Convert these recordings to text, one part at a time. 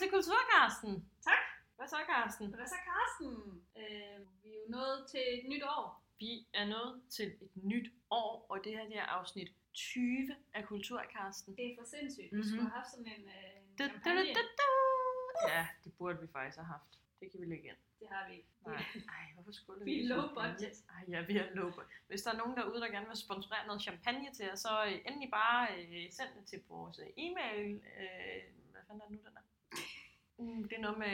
til Kulturkarsten. Tak. Hvad så, Karsten? Hvad så, Karsten? Vi er jo nået til et nyt år. Vi er nået til et nyt år, og det her det er afsnit 20 af Kulturkarsten. Det er for sindssygt. Vi skulle have haft sådan en kampagne. Ja, det burde vi faktisk have haft. Det kan vi lægge ind. Det har vi ikke. Nej, hvorfor skulle vi er low budget. Ja, vi er low budget. Hvis der er nogen derude, der gerne vil sponsorere noget champagne til os, så endelig bare send det til vores e-mail. Hvad fanden er det nu, den er? Det er noget med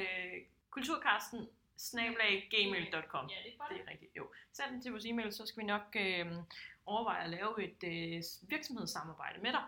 kulturkarsten@gmail.com. Ja, det er godt. Det er rigtigt, jo. Send den til vores e-mail, så skal vi nok overveje at lave et virksomhedssamarbejde med dig.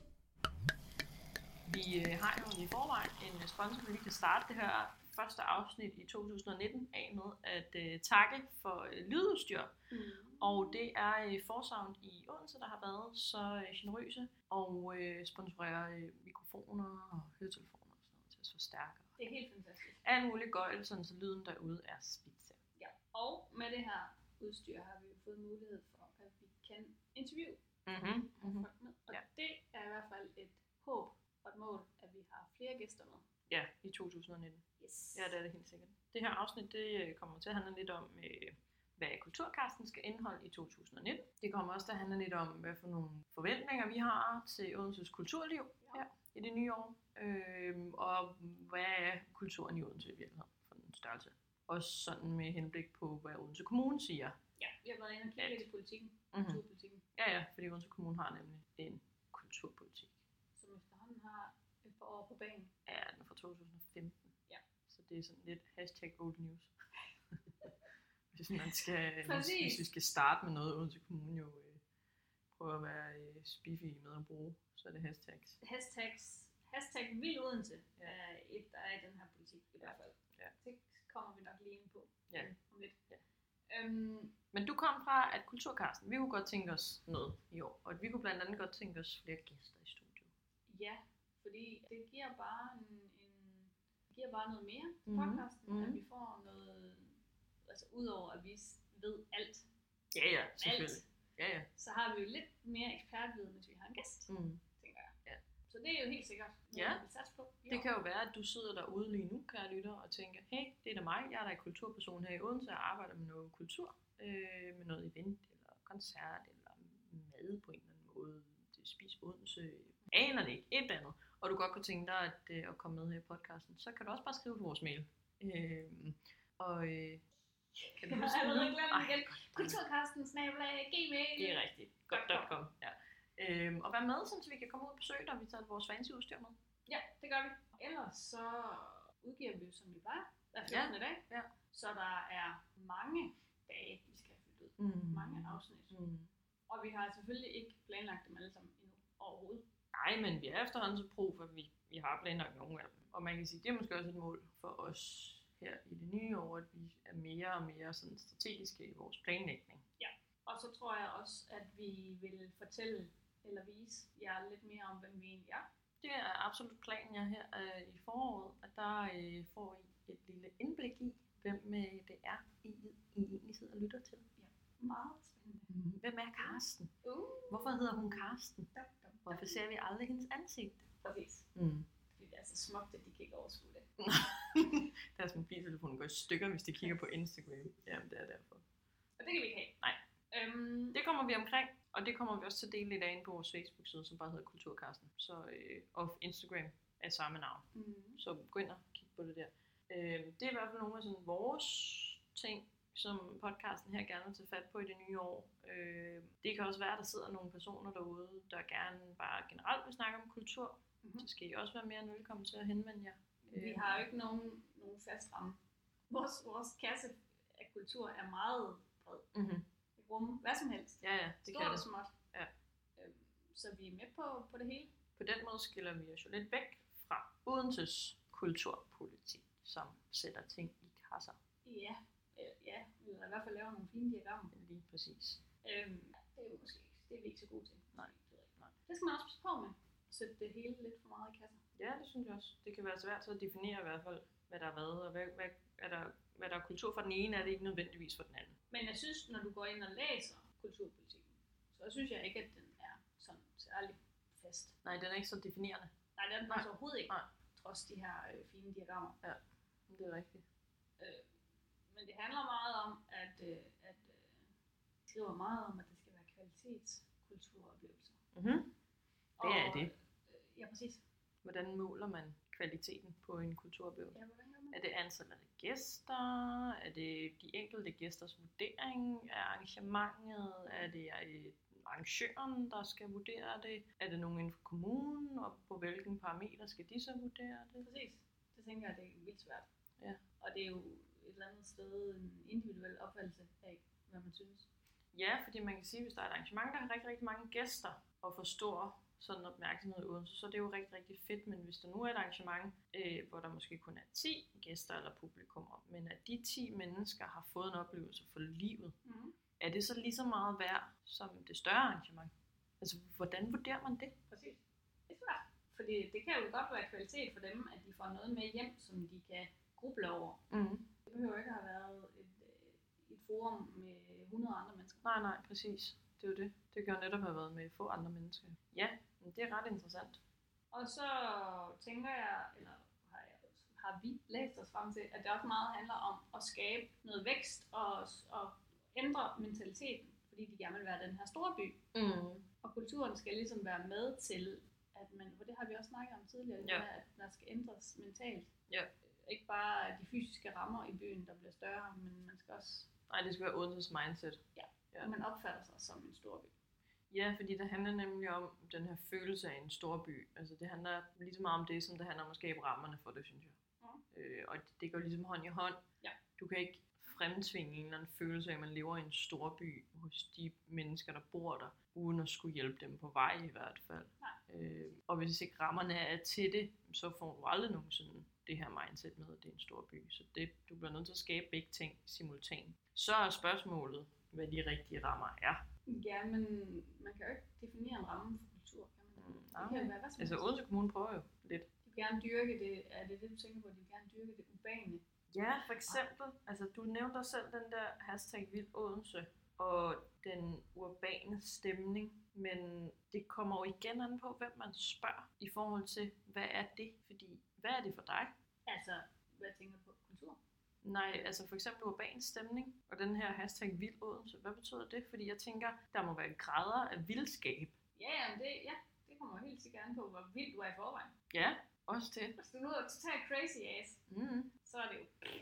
Vi har jo i forvejen en sponsor, vi lige kan starte det her første afsnit i 2019 af med at takke for lydudstyr. Og det er Forsound i Odense, der har været så generøse og sponsorerer mikrofoner og høretelefoner og sådan noget til at forstærke. Det er helt fantastisk. Alt muligt gøjl, sådan så lyden derude er spidse. Ja, og med det her udstyr har vi jo fået mulighed for, at vi kan interviewe folk med. Og det er i hvert fald et håb og et mål, at vi har flere gæster med. Ja, i 2019. Yes. Ja, det er det helt sikkert. Det her afsnit, det kommer til at handle lidt om, hvad Kulturkarsten skal indeholde i 2019. Det kommer også til at handle lidt om, hvad for nogle forventninger vi har til Odenses kulturliv her i det nye år. Og hvad er kulturen i Odense i virkeligheden for den størrelse. Også sådan med henblik på, hvad Odense Kommune siger. Ja, vi har været inde og kigge lidt i politikken, kulturpolitikken. Ja, fordi Odense Kommune har nemlig en kulturpolitik. Som efterhånden har et par år på banen. Ja, den er fra 2015. Ja. Så det er sådan lidt #old news. Hvis vi skal starte med noget, Odense Kommune jo prøver at være spiffige med at bruge, så er det hashtags. Hashtag Vild Odense er et, der er i den her politik i hvert fald. Ja. Det kommer vi nok lige ind på om lidt. Ja. Men du kom fra, at Kulturkarsten, vi kunne godt tænke os noget i år, og vi kunne blandt andet godt tænke os flere gæster i studiet. Ja, fordi det giver bare noget mere til podcasten, at vi får noget, altså udover at vi ved alt. Ja, selvfølgelig. Ja. Så har vi jo lidt mere ekspertviden, hvis vi har en gæst, tænker jeg. Ja. Så det er jo helt sikkert noget, vi satser på. Det kan jo være, at du sidder derude lige nu, kære lytter, og tænker, hey, det er da mig, jeg er da en kulturperson her i Odense, og arbejder med noget kultur, med noget event, eller koncert, eller mad på en eller anden måde, det spis Odense, aner det ikke, et eller andet, og du godt kunne tænke dig at komme med her i podcasten, så kan du også bare skrive på vores mail. Kan du huske det nu? Kulturkarsten@gmail. Det er rigtigt. Godt.com. Ja. Og vær med, så vi kan komme ud og besøge dig, og vi tager vores fancy udstyr med. Ja, det gør vi. Ellers så udgiver vi jo, som vi plejer, hver 14. dag. Ja. Så der er mange dage, vi skal have fyldt ud. Mange afsnit. Og vi har selvfølgelig ikke planlagt dem alle sammen endnu overhovedet. Nej, men vi er efterhånden så pro, for vi har planlagt nogle af dem. Og man kan sige, det er måske også et mål for os her i det nye år, at vi er mere og mere sådan strategiske i vores planlægning. Ja, og så tror jeg også, at vi vil fortælle eller vise jer lidt mere om, hvem vi egentlig er. Det er absolut planen her i foråret, at der får I et lille indblik i, hvem det er, I egentlig sidder og lytter til. Ja, meget spændende. Hvem er Karsten? Hvorfor hedder hun Karsten? Hvorfor ser vi aldrig hendes ansigt? Præcis. Fordi det er så smukt, at de kan ikke overskue det. Deres mobiltelefon går i stykker, hvis de kigger på Instagram. Jamen, det er derfor. Og det kan vi ikke have. Nej. Det kommer vi omkring, og det kommer vi også til at dele lidt af inde på vores Facebook-side, som bare hedder Kulturkarsten. Så, og Instagram er samme navn. Så gå ind og kig på det der. Det er i hvert fald nogle af sådan vores ting, som podcasten her gerne vil tage fat på i det nye år. Det kan også være, at der sidder nogle personer derude, der gerne bare generelt vil snakke om kultur. Så skal I også være mere end velkommen til at henvende jer. Vi har jo ikke nogen fast ramme. Vores kasse af kultur er meget bred. Det rummer hvad som helst. Ja, det stort kan og småt. Ja. Så vi er med på det hele. På den måde skiller vi os jo lidt væk fra Odenses kulturpolitik, som sætter ting i kasser. Ja, eller i hvert fald laver nogle fine diagrammer. Lige præcis. Det er jo måske ikke, det er vi ikke så gode til. Nej. Det skal man også passe på med. Sætte det hele lidt for meget i kasser. Ja, det synes jeg også. Det kan være svært at definere i hvert fald, hvad der er hvad, og hvad der er kultur for den ene, er det ikke nødvendigvis for den anden. Men jeg synes, når du går ind og læser kulturpolitikken, så synes jeg ikke, at den er sådan særlig fast. Nej, den er ikke så definerende. Nej, den er den overhovedet ikke, også de her fine diagrammer. Ja, det er rigtigt. Men det handler meget om, at skriver meget om, at det skal være kvalitetskulturoplevelser. Mm-hmm. Det er det. Ja, præcis. Hvordan måler man kvaliteten på en kulturoplevelse? Ja, hvordan gør man? Er det antallet af gæster? Er det de enkelte gæsters vurdering af arrangementet? Er det arrangøren, der skal vurdere det? Er det nogen inden for kommunen? Og på hvilken parameter skal de så vurdere det? Præcis. Det tænker jeg, det er vildt svært. Ja. Og det er jo et eller andet sted en individuel opfattelse af, hvad man synes. Ja, fordi man kan sige, at hvis der er et arrangement, der har rigtig, rigtig mange gæster, og får stor sådan opmærksomhed uden, så er det jo rigtig, rigtig fedt. Men hvis der nu er et arrangement, hvor der måske kun er 10 gæster eller publikummer, men at de 10 mennesker har fået en oplevelse for livet, er det så lige så meget værd som det større arrangement? Altså, hvordan vurderer man det? Præcis. Det er svært. Fordi det kan jo godt være kvalitet for dem, at de får noget med hjem, som de kan gruble over. Det behøver ikke at have været et forum med 100 andre mennesker. Nej, præcis. Det er jo det. Det kan jo netop have været med få andre mennesker. Ja, men det er ret interessant. Og så tænker jeg, eller har vi læst os frem til, at det også meget handler om at skabe noget vækst og ændre mentaliteten, fordi de gerne vil være den her store by. Og kulturen skal ligesom være med til, at man, for det har vi også snakket om tidligere, ja. At der skal ændres mentalt. Ja. Ikke bare de fysiske rammer i byen, der bliver større, men man skal også... Nej, det skal være Odenses mindset. Ja, og man opfatter sig som en stor by. Ja, fordi det handler nemlig om den her følelse af en stor by. Altså det handler lige så meget om det, som det handler om at skabe rammerne for det, synes jeg. Og det går ligesom hånd i hånd. Ja. Du kan ikke fremtvinge en eller anden følelse af, at man lever i en stor by hos de mennesker, der bor der, uden at skulle hjælpe dem på vej i hvert fald. Og hvis ikke rammerne er til det, så får du aldrig nogensinde det her mindset med, at det er en stor by. Så du bliver nødt til at skabe begge ting simultant. Så er spørgsmålet, hvad de rigtige rammer er. Ja, men man kan jo ikke definere en ramme for kultur, kan man? Det kan være hvad som helst. Odense Kommune prøver jo lidt. De vil gerne dyrke det, er det du tænker på, at de vil gerne dyrke det urbane? Ja, for eksempel. Altså, du nævnte selv den der hashtag Vild Odense og den urbane stemning, men det kommer jo igen an på, hvem man spørger i forhold til, hvad er det? Fordi, hvad er det for dig? Altså, hvad tænker du på? Kultur? Nej, altså for eksempel urban stemning og den her hashtag Vild Odense. Hvad betyder det? Fordi jeg tænker, der må være grader af vildskab. Ja, det kommer helt sikkert an på, hvor vild du er i forvejen. Ja, også det. Hvis du nu er totalt crazy ass, så er det jo,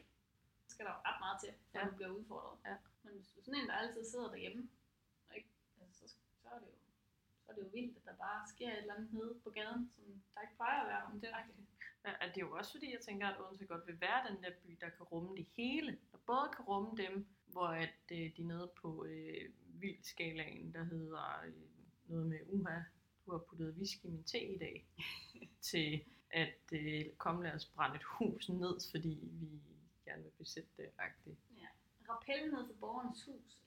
skal der jo ret meget til, for du bliver udfordret. Ja. Men hvis du er sådan en, der altid sidder derhjemme, ikke? Altså, så er det jo vildt, at der bare sker et eller andet nede på gaden, som der ikke plejer at være. Det er rigtigt. Ja, det er jo også fordi, jeg tænker, at Odense godt vil være den der by, der kan rumme det hele. Der både kan rumme dem, hvor at, de er nede på vildskalaen, der hedder noget med uha, du har puttet whisky i min te i dag, til at komme lad os brænde et hus ned, fordi vi gerne vil besætte det agtigt. Ja, rappel ned for borgernes hus.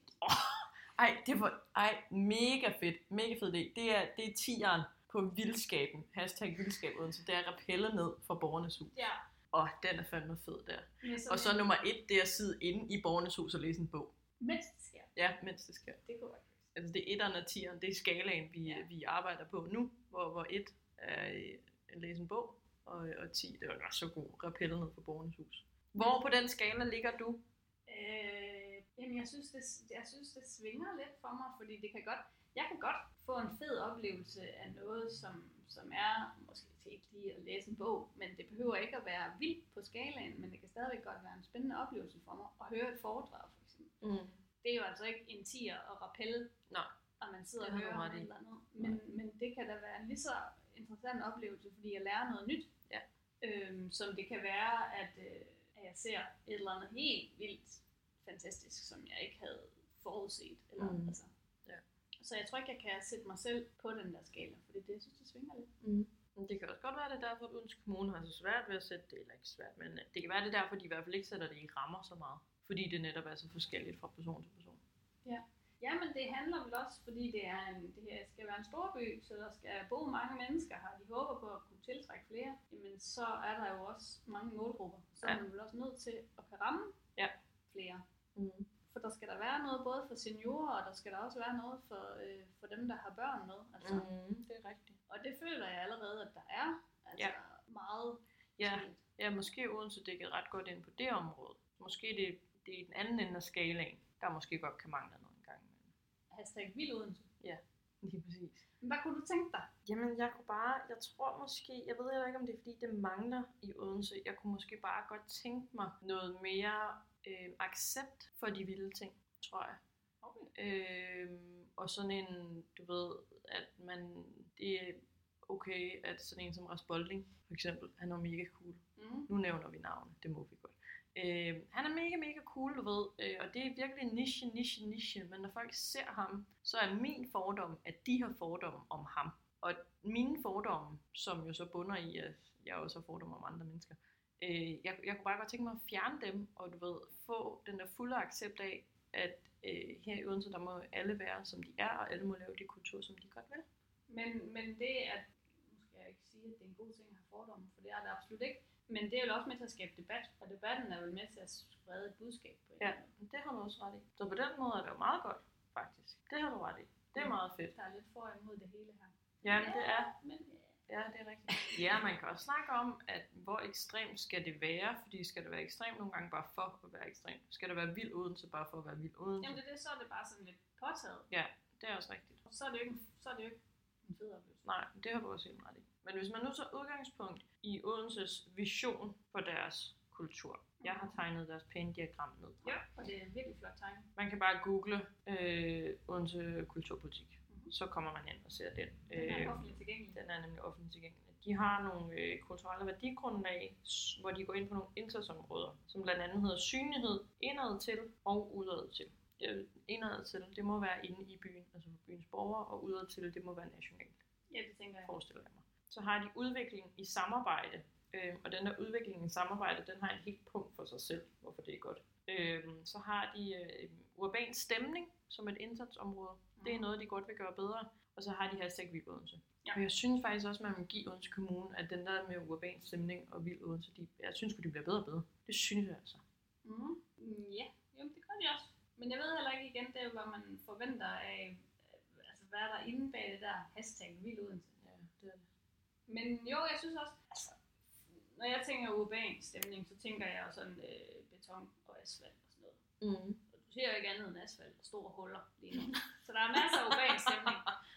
Mega fedt. Mega fed idé. Det er tieren på vildskaben. Hashtag vildskab Odense. Det er rappelle ned for borgernes hus. Ja. Den er fandme fed der. Og så nummer 1, det er at sidde inde i borgernes hus og læse en bog. Mens det sker. Ja, mens det sker. Det kunne være. Altså det er 1'eren og 10'eren, det er skalaen, vi arbejder på nu, hvor 1 er at læse en bog, og 10, det var så god, rappelle ned for borgernes hus. Hvor på den skala ligger du? Jamen jeg synes det svinger lidt for mig, fordi jeg kan godt få en fed oplevelse af noget, som er måske til lige at læse en bog, men det behøver ikke at være vildt på skalaen, men det kan stadigvæk godt være en spændende oplevelse for mig at høre et foredrag for eksempel. Det er jo altså ikke en tier og rappelle, og man sidder og hører om et eller andet. Men det kan da være en lige så interessant oplevelse, fordi jeg lærer noget nyt. Ja. Som det kan være, at jeg ser et eller andet helt vildt fantastisk, som jeg ikke havde forudset. Eller, altså. Ja. Så jeg tror ikke, jeg kan sætte mig selv på den der skala, fordi det synes jeg svinger lidt. Det kan også godt være, det derfor, at Odense Kommune har så svært ved at sætte det, eller ikke svært, men det kan være, det derfor, de i hvert fald ikke sætter det i rammer så meget. Fordi det netop er så forskelligt fra person til person. Ja, men det handler vel også, fordi det her skal være en stor by, så der skal bo mange mennesker her. De håber på at kunne tiltrække flere. Jamen, så er der jo også mange målgrupper. Så er man vel også nødt til at kan ramme flere. For der skal der være noget både for seniorer, og der skal der også være noget for dem, der har børn med. Altså. Det er rigtigt. Og det føler jeg allerede, at der er meget. Ja, måske Odense dækket ret godt ind på det område. Måske det er i den anden ende af skalaen, der måske godt kan mangle noget en gang. Hashtag vild Odense. Ja, lige præcis. Hvad kunne du tænke dig? Jamen, jeg tror måske, jeg ved heller ikke, om det er fordi, det mangler i Odense. Jeg kunne måske bare godt tænke mig noget mere accept for de vilde ting, tror jeg. Okay. Og sådan en, du ved, at det er okay, at sådan en som Ras Bolding, for eksempel, han er mega cool. Nu nævner vi navnet, det må vi godt. Han er mega, mega cool, du ved, og det er virkelig niche, men når folk ser ham, så er min fordom, at de har fordomme om ham. Og mine fordomme, som jo så bunder i, at jeg også har fordomme om andre mennesker, jeg kunne bare godt tænke mig at fjerne dem, og du ved, få den der fulde accept af, at her i Odense, der må alle være, som de er, og alle må lave de kultur, som de godt vil. Men det at, nu skal jeg ikke sige, at det er en god ting at have fordomme, for det er det absolut ikke, men det er jo også med til at skabe debat, og debatten er vel med til at sprede et budskab på en måde. Det har du også ret i. Så på den måde er det jo meget godt, faktisk. Det har du ret i. Det er meget fedt. Der er lidt for imod det hele her. Ja, det er. Ja, det er rigtigt. Ja, man kan også snakke om, at hvor ekstremt skal det være, fordi skal det være ekstremt nogle gange bare for at være ekstremt. Skal det være vild Odense bare for at være vild Odense? Jamen det, så er det bare sådan lidt påtaget. Ja, det er også rigtigt. Og så er det jo ikke en fed oplevelse. Nej, det har du også helt ret i. Men hvis man nu tager udgangspunkt i Odenses vision for deres kultur. Jeg har tegnet deres pæne diagram ned. Ja, og det er en virkelig flot tegning. Man kan bare google Odense kulturpolitik. Så kommer man ind og ser den. Den er offentligt tilgængelig. Den er nemlig offentligt tilgængelig. De har nogle kulturelle værdigrundlag, hvor de går ind på nogle indsatsområder, som blandt andet hedder synlighed, indad til og udad til. Indad til, det må være inde i byen, altså for byens borgere, og udad til, det må være nationalt. Ja, det tænker jeg. Forestiller jeg mig. Så har de udvikling i samarbejde, og den der udvikling i samarbejde, den har en helt punkt for sig selv, hvorfor det er godt. Så har de urban stemning som et indsatsområde. Det er noget, de godt vil gøre bedre. Og så har de hashtag Vild Odense. Ja. Og jeg synes faktisk også, at man må give Odense Kommune, at den der med urban stemning og Vild Odense, jeg synes de bliver bedre og bedre. Det synes jeg altså. Ja, jo, det gør de også. Men jeg ved heller ikke igen, det er jo, hvad man forventer af, altså hvad er der inde bag det der hashtag Vild Odense. Ja, det er det. Men jo, jeg synes også, altså, når jeg tænker urban stemning, så tænker jeg jo sådan beton og asfalt og sådan noget. Du ser jo ikke andet end asfalt og store huller lige nu. Så der er masser af urban stemning.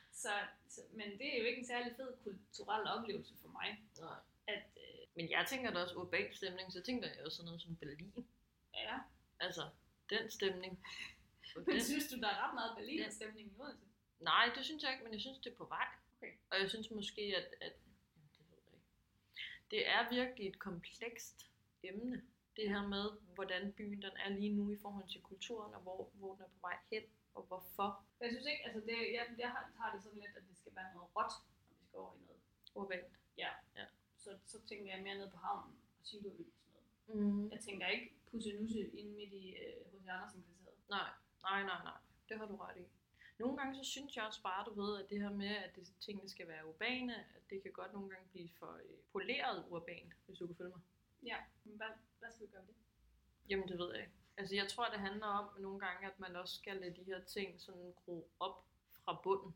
Men det er jo ikke en særlig fed kulturel oplevelse for mig. Nej. Men jeg tænker da også urban stemning, så tænker jeg også sådan noget som Berlin. Ja. Altså, den stemning. Men synes du, der er ret meget Berlin-stemning i Odense? Nej, det synes jeg ikke, men jeg synes, det er på vej. Okay. Og jeg synes måske, at det ved jeg ikke. Det er virkelig et komplekst emne. Det her med, hvordan byen den er lige nu i forhold til kulturen, og hvor den er på vej hen, og hvorfor. Jeg synes ikke, altså jeg har det sådan lidt, at det skal være noget råt, når vi skal over i noget urbant. Ja. Så tænker jeg mere ned på havnen og Siloø og sådan noget. Jeg tænker ikke pussenusse inde midt i H.C. Andersen-kvarteret. Nej. Det har du ret i. Nogle gange så synes jeg også bare, du ved, at det her med, at tingene skal være urbane, at det kan godt nogle gange blive for poleret urbant, hvis du kan følge mig. Ja, men hvad skal vi gøre ved det? Jamen det ved jeg ikke. Altså jeg tror, det handler om nogle gange, at man også skal lade de her ting sådan gro op fra bunden.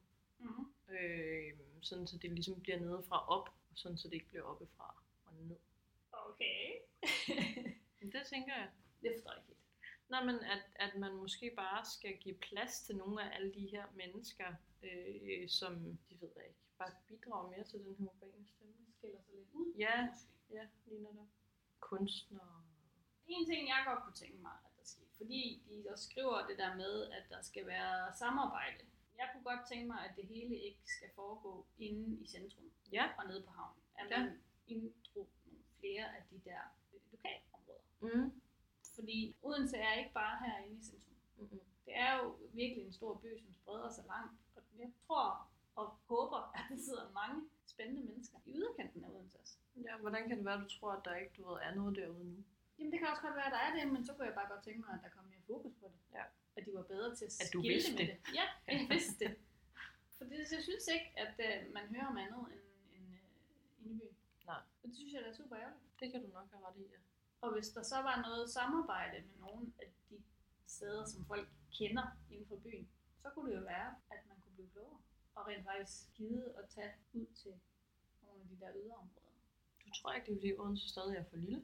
Sådan så det ligesom bliver nede fra op, og sådan så det ikke bliver oppe fra og ned. Okay. Det tænker jeg. Det forstår jeg ikke helt. Nå, men at man måske bare skal give plads til nogle af alle de her mennesker, som, de ved jeg ikke, bare bidrager mere til den her urbane stemning. Skiller sig lidt ud. Ja, lige netop. Kunstnere. En ting, jeg godt kunne tænke mig, at der sker, fordi de også skriver det der med, at der skal være samarbejde. Jeg kunne godt tænke mig, at det hele ikke skal foregå inde i centrum og nede på havnen. At man inddrog nogle flere af de der lokalområder. Fordi Odense er ikke bare herinde i centrum. Det er jo virkelig en stor by, som spreder sig langt. Og jeg tror og håber, at der sidder mange spændende mennesker i yderkanten af Odense. Ja, hvordan kan det være, at du tror, at der ikke er noget derude nu? Jamen det kan også godt være, at der er det, men så kunne jeg bare godt tænke mig, at der kom mere fokus på det. Ja. At de var bedre til at skilte med det. Ja, jeg vidste det. For jeg synes ikke, at man hører om andet end inde i byen. Nej. Og det synes jeg, der er super ærgerligt. Det kan du nok have ret i, ja. Og hvis der så var noget samarbejde med nogle af de steder, som folk kender inden for byen, så kunne det jo være, at man kunne blive klogere. Og rent faktisk gide at tage ud til nogle af de der yderområder. Du tror ikke, det er fordi Odense stadig er for lille?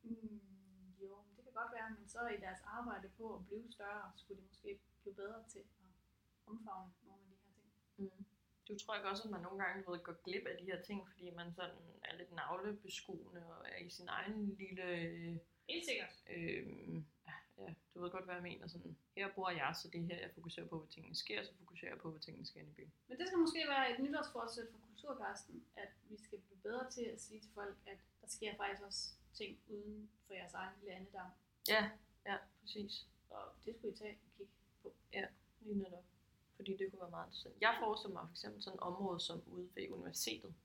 Jo, det kan godt være, men så i deres arbejde på at blive større, skulle de måske blive bedre til at omfavne nogle af de her ting. Du tror ikke også, at man nogle gange går glip af de her ting, fordi man sådan er lidt navlebeskuende og er i sin egen lille... Helt sikkert. Ja, du ved godt, hvad jeg mener. Sådan, her bor jeg, så det er her, jeg fokuserer på, hvad tingene sker, så fokuserer jeg på, hvad tingene sker i byen. Men det skal måske være et nytårsforsæt for Kulturkasten, at vi skal blive bedre til at sige til folk, at der sker faktisk også ting uden for jeres egen lille andedam. Ja, præcis. Og det skulle I tage og kigge på. Ja, lige netop. Fordi det kunne være meget interessant. Jeg forestiller mig for eksempel sådan et område som ude ved universitetet,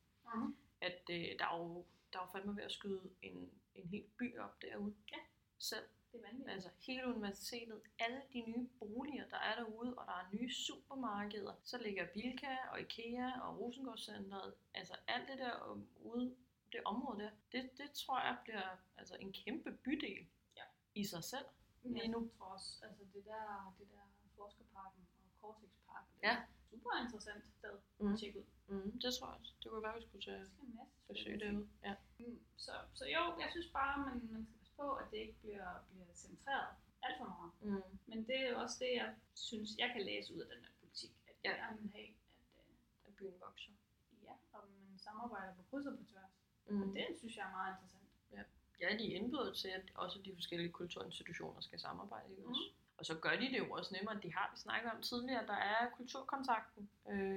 at der er jo fandme ved at skyde en hel by op derude. Ja. Selv. Det er vanvittigt. Altså hele universitetet, alle de nye boliger, der er derude, og der er nye supermarkeder. Så ligger Bilka og Ikea og Rosengårdscenteret, altså alt det der ude, det område der, det tror jeg bliver altså en kæmpe bydel i sig selv. Lige nu. Jeg tror også, altså det der Forskerparken og Cortex-parken, det er super interessant sted at tjekke ud. Det tror jeg også. Det kunne være, vi skulle tage besøg derude. Ja. Så jo, jeg synes bare, man skal passe på, at det ikke bliver centreret alt for meget. Men det er jo også det, jeg synes, jeg kan læse ud af den her politik, at jeg gerne vil have, at byen vokser. Ja, og man samarbejder på kryds og på tværs. Og det synes jeg er meget interessant. Ja, de er indbudt til, at også de forskellige kulturinstitutioner skal samarbejde i os. Og så gør de det jo også nemmere. De har vi snakket om tidligere. Der er Kulturkontakten,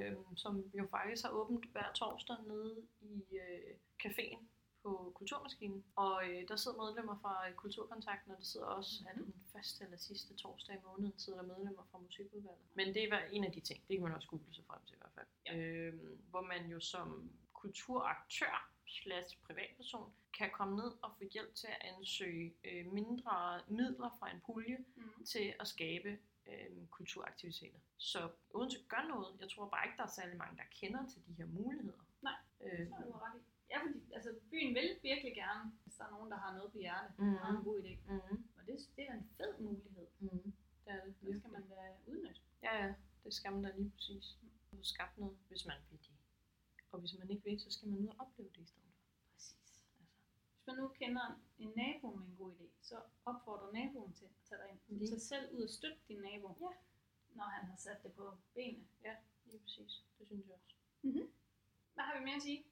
som jo faktisk har åbent hver torsdag nede i caféen på Kulturmaskinen. Og der sidder medlemmer fra Kulturkontakten, og der sidder også er det den første eller sidste torsdag i måneden, sidder der medlemmer fra musikudvalget. Men det er en af de ting. Det kan man også google sig frem til i hvert fald. Ja. Hvor man jo som kulturaktør / privatperson kan komme ned og få hjælp til at ansøge mindre midler fra en pulje til at skabe kulturaktiviteter. Så Odense gør noget. Jeg tror bare ikke, der er særlig mange, der kender til de her muligheder. Nej, så er du ret i. Ja, fordi altså, byen vil virkelig gerne, hvis der er nogen, der har noget på hjerte, har en god idé. Og det er en fed mulighed. Det er det. Det skal man da udnytte. Ja, det skal man da lige præcis. Få skabt noget, hvis man vil det. Og hvis man ikke vil, så skal man ud og opleve det i stedet for. Præcis. Altså, hvis man nu kender en nabo med en god idé, så opfordrer naboen til at tage dig ind. Så selv ud og støtte din nabo, når han har sat det på benene. Ja, lige præcis. Det synes jeg også. Hvad har vi mere at sige?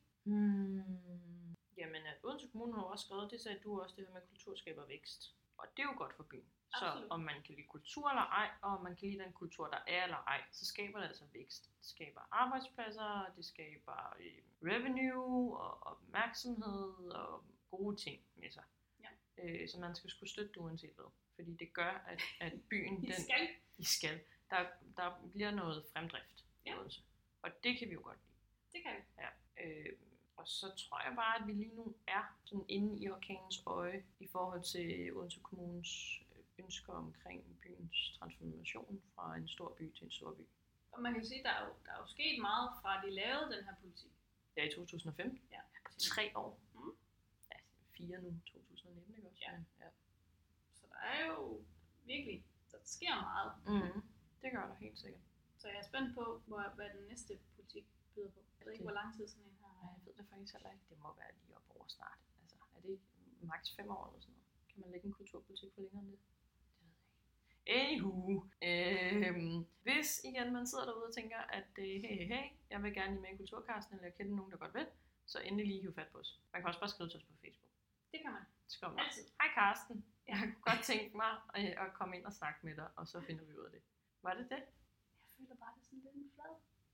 Jamen, at Odense Kommune har også skrevet, det sagde du også, det her med kultur skaber vækst. Og det er jo godt for byen. Absolut. Så om man kan lide kultur eller ej, og om man kan lide den kultur, der er eller ej, så skaber det altså vækst. Det skaber arbejdspladser, det skaber revenue og opmærksomhed og gode ting med sig. Ja. Så man skal sgu støtte det uanset hvad. Fordi det gør, at byen... I skal. Der bliver noget fremdrift i Odense. Og det kan vi jo godt lide. Det kan vi. Ja. Og så tror jeg bare, at vi lige nu er sådan inde i orkanens øje i forhold til Odense Kommunes ønsker omkring byens transformation fra en stor by til en stor by. Og man kan sige, at der er jo sket meget fra de lavede den her politik. Ja, i 2015. Ja. På 3 år. Ja, 4 nu, 2019, ikke også? Ja. Så der er jo virkelig, der sker meget. Det gør der helt sikkert. Så jeg er spændt på, hvad den næste politik byder på. Jeg ved ikke, hvor lang tid sådan en her. Nej, jeg ved det faktisk heller ikke. Det må være lige op over snart. Altså, er det ikke maks 5 år eller sådan noget? Kan man lægge en kulturpolitik for længere end det? Det ved jeg ikke. Anywho. Hvis igen man sidder derude og tænker, at hey, jeg vil gerne lige med i Kulturkasten, eller jeg kender nogen, der godt vil, så endelig lige hive fat på os. Man kan også bare skrive til os på Facebook. Det kan man. Skriv mig. Hej Karsten. Jeg kunne godt tænke mig at komme ind og snakke med dig, og så finder vi ud af det. Var det det? Jeg føler bare, det er sådan lidt en flad.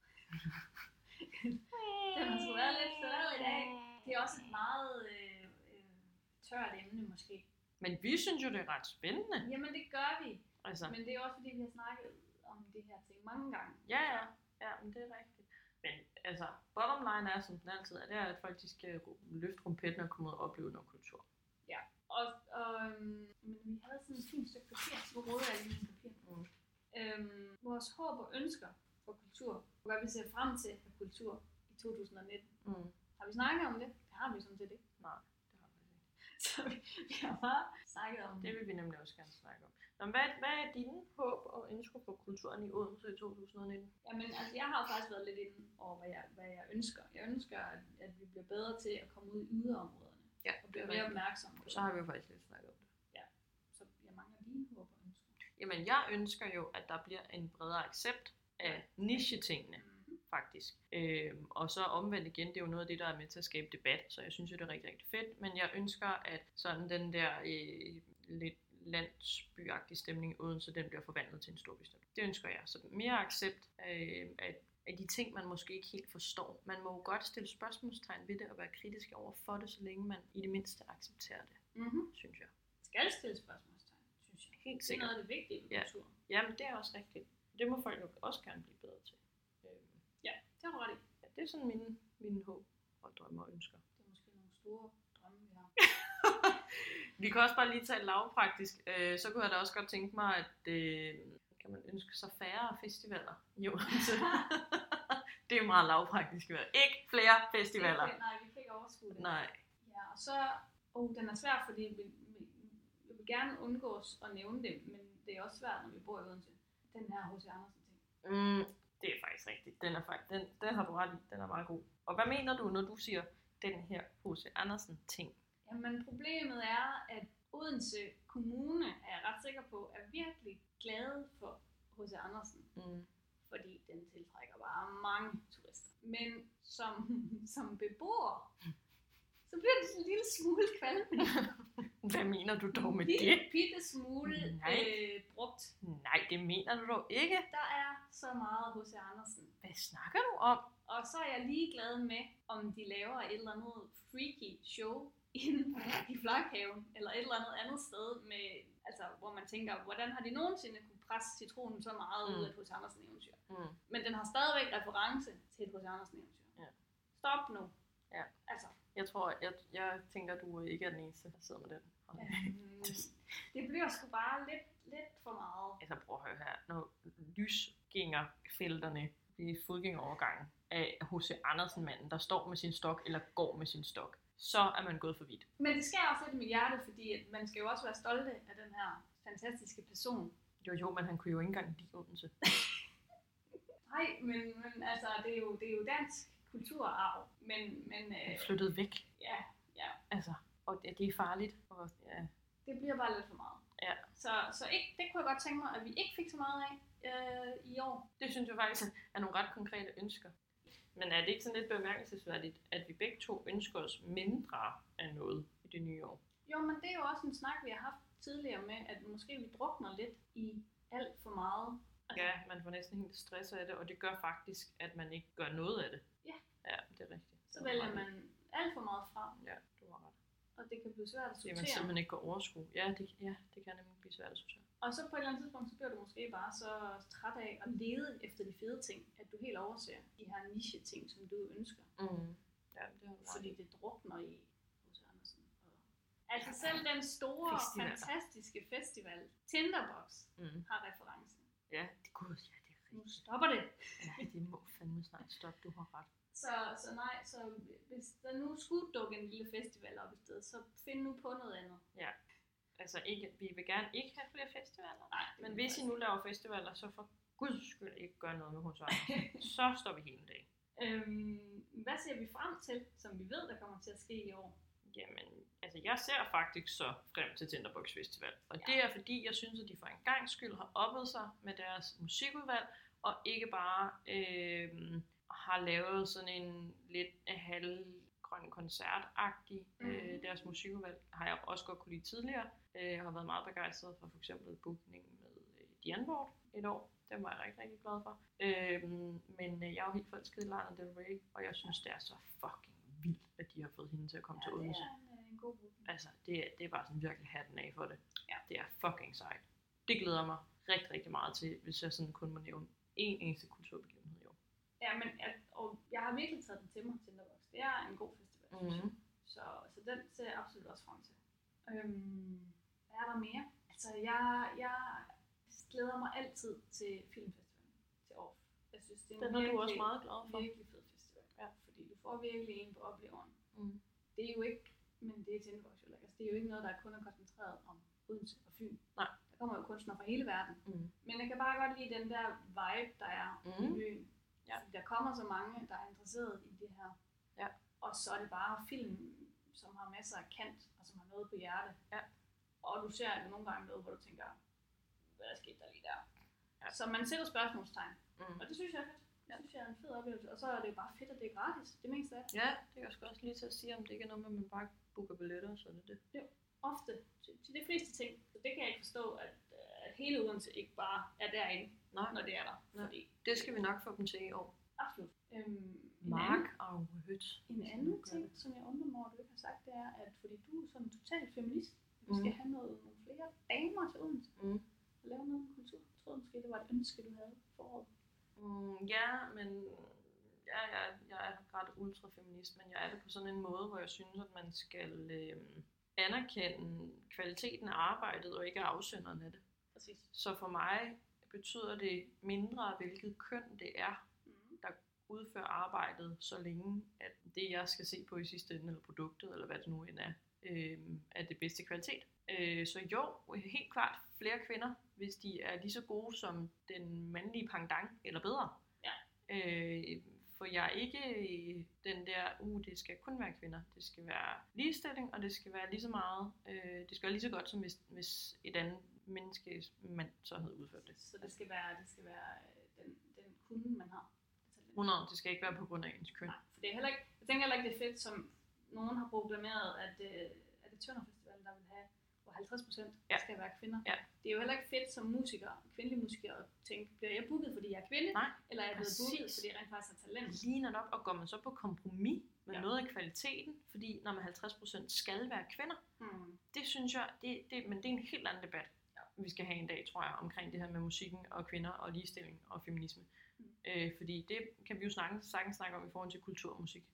Den har sgu været lidt flad i dag. Det er også et meget tørt emne måske. Men vi synes jo, det er ret spændende. Jamen det gør vi. Altså. Men det er også fordi, vi har snakket om det her ting mange gange. Ja, men det er rigtigt. Men altså, bottom line er, som den altid er, det er, at folk de skal løfte rumpetten og komme ud og opleve noget kultur. Ja, men vi havde sådan et fint stykke papir, så råder jeg lige med papir. Vores håb og ønsker for kultur, og hvad vi ser frem til for kultur i 2019. Har vi snakket om det? Det har vi sådan set ikke. Nej, det har vi ikke. Så vi har bare snakket om det. vil vi nemlig også gerne snakke om. Nå, hvad er dine håb og ønsker for kulturen i Odense i 2019? Jamen, altså jeg har jo faktisk været lidt inde over, hvad jeg ønsker. Jeg ønsker, at vi bliver bedre til at komme ud i yderområderne. Ja, og blive mere opmærksomme på så har vi jo faktisk lidt snakket om det. Ja, så jeg mangler dine håb og ønsker. Jamen, jeg ønsker jo, at der bliver en bredere accept af nichetingene. Faktisk. Og så omvendt igen, det er jo noget af det, der er med til at skabe debat, så jeg synes jo, det er rigtig, rigtig fedt, men jeg ønsker, at sådan den der lidt landsbyagtige stemning i Odense, den bliver forvandlet til en storbystemning. Det ønsker jeg. Så mere accept af de ting, man måske ikke helt forstår. Man må jo godt stille spørgsmålstegn ved det og være kritisk over for det, så længe man i det mindste accepterer det, synes jeg. Skal stille spørgsmålstegn, synes jeg. Helt sikkert. Det er noget af det vigtige ved kultur. Jamen, det er også rigtigt. Det må folk jo også gerne blive bedre til. Ja, det har du ret i. Ja, det er sådan mine håb og drømme og ønsker. Det er måske nogle store drømme, vi har. Vi kan også bare lige tage lavpraktisk. Så kunne jeg da også godt tænke mig, at kan man ønske sig færre festivaler i Odense. Det er meget lavpraktisk. Ikke flere festivaler. Nej, vi kan ikke overskue det. Nej. Ja, og så, den er svær, fordi vi vil gerne undgå at nævne det, men det er også svært, når vi bor i Odense. Den her H.C. Andersen ting. Det er faktisk rigtigt. Den har du ret i. Den er meget god. Og hvad mener du, når du siger den her H.C. Andersen ting? Jamen problemet er, at Odense Kommune, er jeg ret sikker på, er virkelig glade for H.C. Andersen. Fordi den tiltrækker bare mange turister. Men som beboer, så bliver det en lille smule kvalmende. Hvad mener du dog med det? En bitte smule brugt. Nej, det mener du dog ikke. Der er så meget H.C. Andersen. Hvad snakker du om? Og så er jeg ligeglad med, om de laver et eller andet freaky show inde i Flakhaven, eller et eller andet sted, med, altså, hvor man tænker, hvordan har de nogensinde kunne presse citronen så meget ud af et H.C. Andersen eventyr? Men den har stadigvæk reference til et H.C. Andersen eventyr. Ja. Stop nu. Ja. Altså. Jeg tænker, du ikke er den eneste, der sidder med den. Det bliver sgu bare lidt for meget. Altså prøv at høre her. Når lysgængerfelterne i fodgængerovergangen af H.C. Andersen-manden, der står med sin stok eller går med sin stok, så er man gået for vidt. Men det sker også lidt med hjertet, fordi at man skal jo også være stolte af den her fantastiske person. Jo, men han kunne jo ikke engang lide Odense. Nej, men altså, det er jo dansk kulturarv, men flyttet væk. Ja. Altså, og det er farligt. Og, ja. Det bliver bare lidt for meget. Ja. Så ikke, det kunne jeg godt tænke mig, at vi ikke fik så meget af i år. Det synes jeg faktisk er nogle ret konkrete ønsker. Men er det ikke sådan lidt bemærkelsesværdigt, at vi begge to ønsker os mindre af noget i det nye år? Jo, men det er jo også en snak, vi har haft tidligere med, at måske vi drukner lidt i alt for meget. Altså, ja, man får næsten helt stress af det, og det gør faktisk, at man ikke gør noget af det. Ja, det er rigtigt. Så vælger man alt for meget fra. Ja, du har ret. Og det kan blive svært at sortere. Det man simpelthen ikke kan overskue. Ja, det kan nemlig blive svært at sortere. Og så på et eller andet tidspunkt, så bliver du måske bare så træt af at lede efter de fede ting, at du helt overser de her niche-ting, som du ønsker. Ja, det har du. Fordi det drukner i H.C. Andersen. Altså selv den store, fantastiske festival, Tinderbox, har referencen. Ja, det er rigtigt. Nu stopper det. Ja, det må fandme snart stoppe, du har ret. Så hvis der nu skulle dukke en lille festival op i stedet, så find nu på noget andet. Ja, altså vi vil gerne ikke have flere festivaler. Nej, men hvis I nu laver festivaler, så for guds skyld ikke gøre noget med H.C. Andersen. Så står vi hele dagen. Hvad ser vi frem til, som vi ved, der kommer til at ske i år? Jamen, altså jeg ser faktisk så frem til Tinderbox Festival. Og det er fordi, jeg synes, at de for en gang skyld har oppet sig med deres musikudvalg, og ikke bare har lavet sådan en lidt halvgrøn koncertagtig. Deres musikudvalg har jeg også godt kunne lide tidligere. Jeg har været meget begejstret for eksempel bookningen med Dianbord et år. Det var jeg rigtig, rigtig glad for. Men jeg er jo helt forelsket i Lana Del Rey, og jeg synes, det er så fucking vildt, at de har fået hende til at komme til Odense. Det er en god booking. Altså, det er bare sådan virkelig hatten af for det. Ja. Det er fucking sejt. Det glæder mig rigtig, rigtig meget til, hvis jeg sådan kun må nævne én eneste kulturbegivenhed i år. Ja, men og jeg har virkelig taget den til mig, Tinderbox. Det er en god festival. Så den ser jeg absolut også frem til. Hvad er der mere? Altså, jeg glæder mig altid til filmfestivalen, til år. Jeg synes, det er den er du også meget glad for. Virkelig fed festival. Ja. Fordi du får virkelig en på opleveren. Det er jo ikke Men det er Tinderbox jo ikke. Altså, det er jo ikke noget, der kun er koncentreret om Odense og Fyn. Nej. Der kommer jo kunstnere fra hele verden. Men jeg kan bare godt lide den der vibe, der er i byen. Ja. Der kommer så mange, der er interesseret i det her. Ja. Og så er det bare film, som har masser af kant, og som har noget på hjerte. Ja. Og du ser jo nogle gange noget, hvor du tænker, hvad er sket der lige der? Ja. Så man sætter spørgsmålstegn. Og det synes jeg er fedt. Det synes jeg er en fed oplevelse. Og så er det jo bare fedt, at det er gratis. Det meste af det. Ja, det er også lige til at sige, om det ikke er noget med, at man bare booker billetter, så er det. Jo, ofte. Til de fleste ting. Så det kan jeg ikke forstå, at hele Odense ikke bare er derinde, når det er der. Fordi det skal vi nok få dem til i år. Absolut. Mark og Hødt. En anden ting, som jeg undrer mig over, du ikke har sagt, det er, at fordi du er sådan totalt feminist, vi skal have nogle flere damer til Odense. Og lave noget kultur. Jeg tror måske, det var et ønske, du havde foråret. Ja, men jeg er ret ultrafeminist, men jeg er det på sådan en måde, hvor jeg synes, at man skal anerkende kvaliteten af arbejdet, og ikke afsenderen af det. Præcis. Så for mig betyder det mindre, hvilket køn det er, der udfører arbejdet, så længe at det, jeg skal se på i sidste ende, eller produktet, eller hvad det nu end er det bedste kvalitet. Så jo, helt klart flere kvinder, hvis de er lige så gode som den mandlige pendant, eller bedre. Ja. For jeg er ikke den der, det skal kun være kvinder. Det skal være ligestilling, og det skal være lige så meget, det skal være lige så godt, som hvis et andet menneske mand så havde udført det. Så det skal være den kunde, man har. 100, det skal ikke være på grund af ens køn. Nej, for det er heller ikke, jeg tænker heller ikke, det er fedt, som nogen har proklameret, at det Tønder Festival, der vil have, hvor 50% skal være kvinder. Ja. Det er jo heller ikke fedt som musiker, kvindelig musiker, at tænke, bliver jeg booket, fordi jeg er kvinde? Nej, eller er jeg blevet booket, fordi jeg rent faktisk har talent? Lige netop, og går man så på kompromis med noget af kvaliteten, fordi når man 50% skal være kvinder, det synes jeg, men det er en helt anden debat, vi skal have en dag, tror jeg, omkring det her med musikken og kvinder og ligestilling og feminisme. Fordi det kan vi jo sagtens snakke om i forhold til kultur og musik.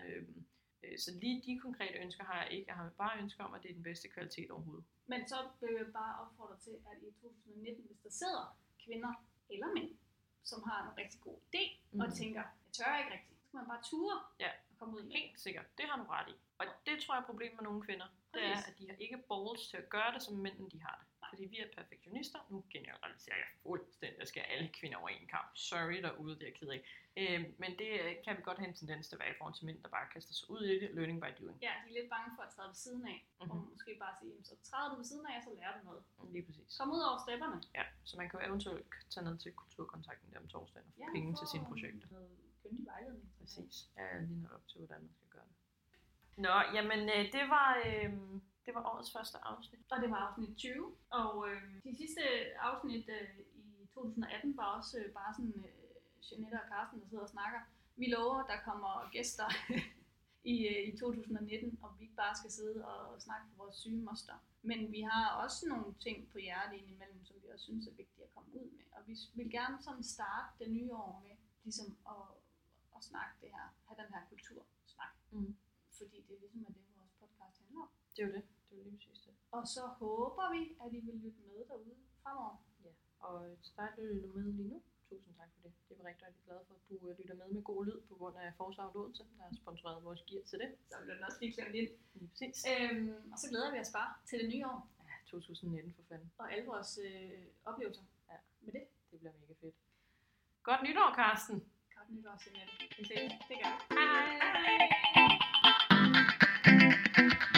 Så lige de konkrete ønsker har jeg ikke. Jeg har bare ønsker om, at det er den bedste kvalitet overhovedet. Men så vil jeg bare opfordre til, at i 2019, hvis der sidder kvinder eller mænd, som har en rigtig god idé, og tænker, jeg tør ikke rigtigt, så skal man bare ture og komme ud med. Helt sikkert. Det har du ret i. Og det tror jeg er problemet med nogle kvinder. Det er, at de har ikke balls til at gøre det, som mændene de har det. Fordi vi er perfektionister. Nu generaliserer jeg fuldstændig. Der skal alle kvinder over en kamp. Sorry derude, det er jeg ked af. Men det kan vi godt have en tendens til at være i forhold til mænd, der bare kaster sig ud i det. Learning by doing. Ja, de er lidt bange for at træde ved siden af. Og måske bare sige, så træder du ved siden af, så lærer du noget. Lige præcis. Kom ud over stepperne. Ja, så man kan jo eventuelt tage ned til kulturkontakten der om torsdagen og få penge til sine projekter. Noget kyndig vejledning. Præcis. Ja, lige nok op til, hvordan man skal gøre det. Nå, jamen det var årets første afsnit. Og det var afsnit 20. Og de sidste afsnit i 2018 var også bare sådan Jeanette og Carsten, der sidder og snakker. Vi lover, der kommer gæster i 2019, og vi ikke bare skal sidde og snakke for vores syge moster. Men vi har også nogle ting på hjertet indimellem, som vi også synes er vigtige at komme ud med. Og vi vil gerne sådan starte det nye år med ligesom at snakke det her, have den her kultursnak. Fordi det er ligesom det, vores podcast handler om. Det er jo det. Det er jo lige præcis det. Og så håber vi, at I vil lytte med derude fremover. Ja, og dig lytter med lige nu. Tusind tak for det. Det er vi rigtig glade for, at du lytter med god lyd på grund af Forsavn Odense, der har sponsoreret vores gear til det. Så vil den også lige klemt ind. Lige præcis. Og så glæder vi os bare til det nye år. Ja, 2019 for fanden. Og alle vores oplevelser med det. Det bliver mega fedt. Godt nytår, Carsten. Godt nytår, Jeanette. Vi ses. Det gør vi. Hej. Hej.